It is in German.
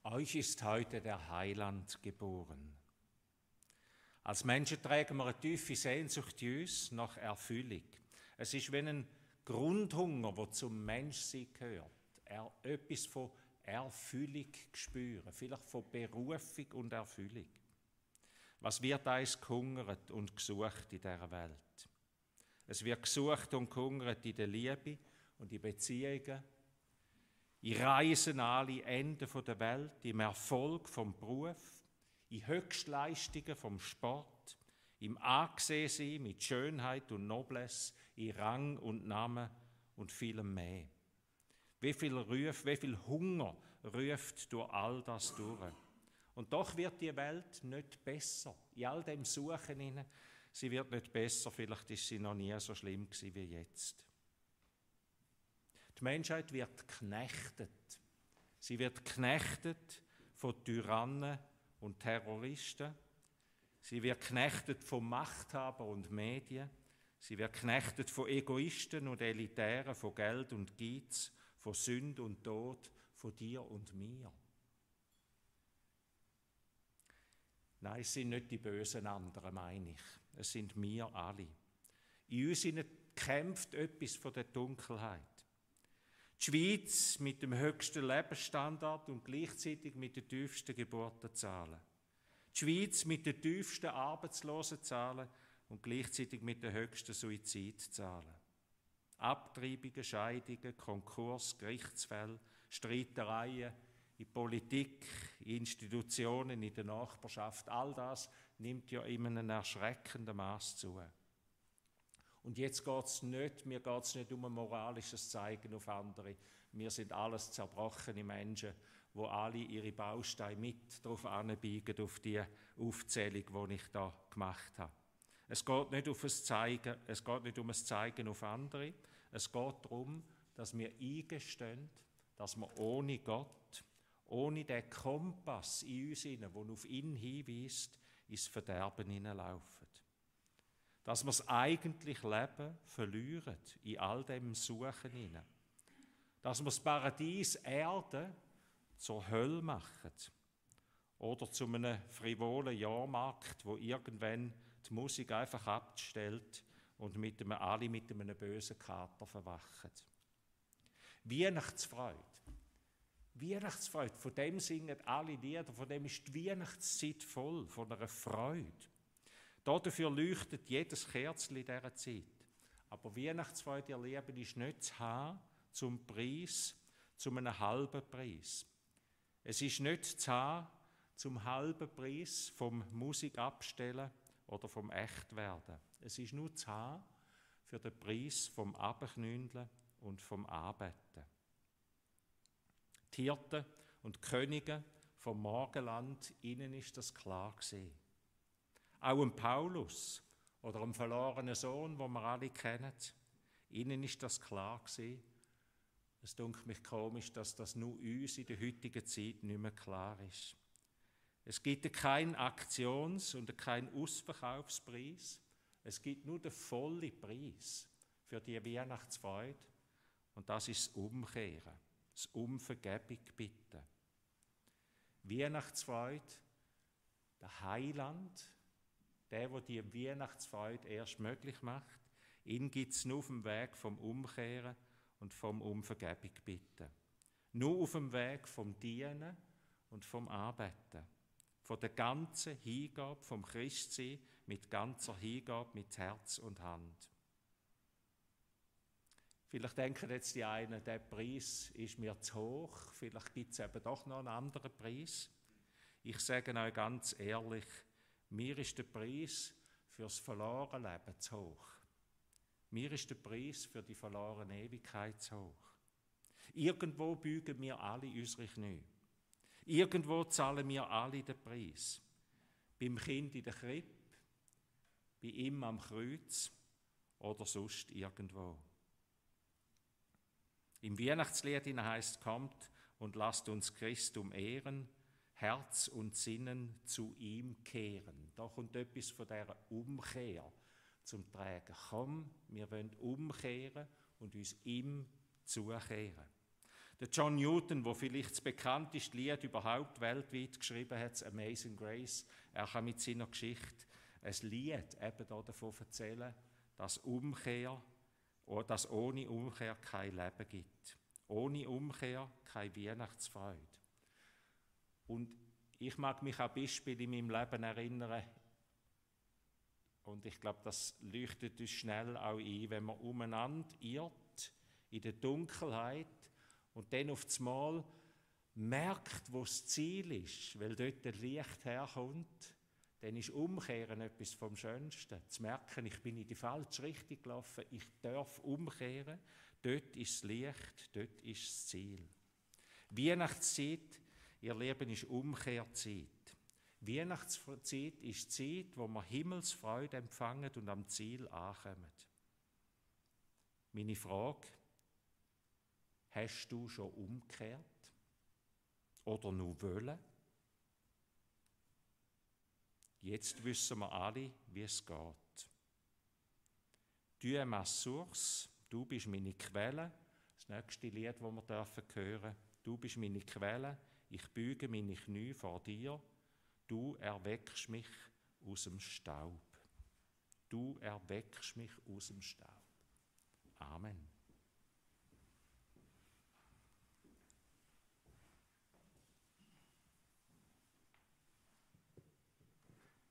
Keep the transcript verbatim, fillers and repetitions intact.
Euch ist heute der Heiland geboren. Als Menschen tragen wir eine tiefe Sehnsucht in uns nach Erfüllung. Es ist wie ein Grundhunger, der zum Menschsein gehört. Er, etwas von Erfüllung spüren, vielleicht von Berufung und Erfüllung. Was wird eins gehungert und gesucht in dieser Welt? Es wird gesucht und gehungert in der Liebe und in Beziehungen, in Reisen an alle Enden der Welt, im Erfolg vom Beruf, in Höchstleistungen vom Sport, im Angesehensein mit Schönheit und Noblesse, in Rang und Namen und vielem mehr. Wie viel Ruf, wie viel Hunger ruft durch all das durch. Und doch wird die Welt nicht besser. In all dem Suchen hinein, sie wird nicht besser, vielleicht ist sie noch nie so schlimm gewesen wie jetzt. Die Menschheit wird geknechtet. Sie wird geknechtet von Tyrannen und Terroristen. Sie wird geknechtet von Machthabern und Medien. Sie wird geknechtet von Egoisten und Elitären, von Geld und Geiz, von Sünde und Tod, von dir und mir. Nein, es sind nicht die bösen anderen, meine ich. Es sind wir alle. In uns kämpft etwas von der Dunkelheit. Die Schweiz mit dem höchsten Lebensstandard und gleichzeitig mit den tiefsten Geburtenzahlen. Die Schweiz mit den tiefsten Arbeitslosenzahlen und gleichzeitig mit den höchsten Suizidzahlen. Abtreibungen, Scheidungen, Konkurs, Gerichtsfälle, Streitereien in Politik, in Institutionen, in der Nachbarschaft, all das nimmt ja in einem erschreckenden Maß zu. Und jetzt geht es nicht, mir geht es nicht um ein moralisches Zeigen auf andere. Wir sind alles zerbrochene Menschen, wo alle ihre Bausteine mit darauf anbiegen, auf die Aufzählung, die ich da gemacht habe. Es geht nicht auf ein Zeigen, es geht nicht um ein Zeigen auf andere. Es geht darum, dass wir eingestehen, dass wir ohne Gott, ohne den Kompass in uns hinein, der auf ihn hinweist, ins Verderben hineinlaufen. Dass wir das eigentliche Leben verlieren, in all dem Suchen hinein. Dass wir das Paradies Erde zur Hölle machen. Oder zu einem frivolen Jahrmarkt, wo irgendwann die Musik einfach abstellt und mit einem, alle mit einem bösen Kater verwachen. Weihnachtsfreude. Weihnachtsfreude, von dem singen alle Lieder, von dem ist die Weihnachtszeit voll, von einer Freude. Dafür leuchtet jedes Kerzchen in dieser Zeit. Aber Weihnachtsfreude erleben ist nicht zu haben zum Preis, zu einem halben Preis. Es ist nicht zu haben zum halben Preis vom Musik abstellen oder vom Echtwerden. Es ist nur zu haben für den Preis vom Abknündeln und vom Anbeten. Die Hirten und Könige vom Morgenland, ihnen ist das klar gewesen. Auch ein Paulus oder ein verlorenen Sohn, den wir alle kennen, ihnen ist das klar gewesen. Es dünkt mich komisch, dass das nur uns in der heutigen Zeit nicht mehr klar ist. Es gibt keinen Aktions- und keinen Ausverkaufspreis. Es gibt nur den vollen Preis für die Weihnachtsfreude. Und das ist das Umkehren, das Umvergebung bitten. Weihnachtsfreude, der Heiland, der, der die Weihnachtsfreude erst möglich macht, ihn gibt es nur auf dem Weg vom Umkehren und vom Umvergebung bitten. Nur auf dem Weg vom Dienen und vom Anbeten. Von der ganzen Hingabe, vom Christsein mit ganzer Hingabe, mit Herz und Hand. Vielleicht denken jetzt die einen, der Preis ist mir zu hoch, vielleicht gibt es eben doch noch einen anderen Preis. Ich sage euch ganz ehrlich, mir ist der Preis fürs verlorene Leben zu hoch. Mir ist der Preis für die verlorene Ewigkeit zu hoch. Irgendwo bügen wir alle unsere Knie. Irgendwo zahlen wir alle den Preis. Beim Kind in der Krippe, bei ihm am Kreuz oder sonst irgendwo. Im Weihnachtslied heißt: Kommt und lasst uns Christum ehren, Herz und Sinnen zu ihm kehren. Da kommt etwas von dieser Umkehr zum Tragen. Komm, wir wollen umkehren und uns ihm zukehren. Der John Newton, der vielleicht das bekannteste Lied überhaupt weltweit geschrieben hat, das Amazing Grace, er kann mit seiner Geschichte ein Lied eben davon erzählen, dass Umkehr, oder dass ohne Umkehr kein Leben gibt. Ohne Umkehr keine Weihnachtsfreude. Und ich mag mich an Beispiele in meinem Leben erinnern, und ich glaube, das leuchtet uns schnell auch ein, wenn man umeinander irrt, in der Dunkelheit, und dann auf das Mal merkt, wo das Ziel ist, weil dort der Licht herkommt, dann ist Umkehren etwas vom Schönsten. Zu merken, ich bin in die falsche Richtung gelaufen, ich darf umkehren, dort ist das Licht, dort ist das Ziel. Weihnachtszeit, ihr Lieben, ist Umkehrzeit. Weihnachtszeit ist die Zeit, wo wir Himmelsfreude empfangen und am Ziel ankommen. Meine Frage: Hast du schon umgekehrt? Oder nur wollen? Jetzt wissen wir alle, wie es geht. Tu ma source, du bist meine Quelle. Das nächste Lied, das wir dürfen hören. Du bist meine Quelle, ich büge meine Knie vor dir. Du erweckst mich aus dem Staub. Du erweckst mich aus dem Staub. Amen.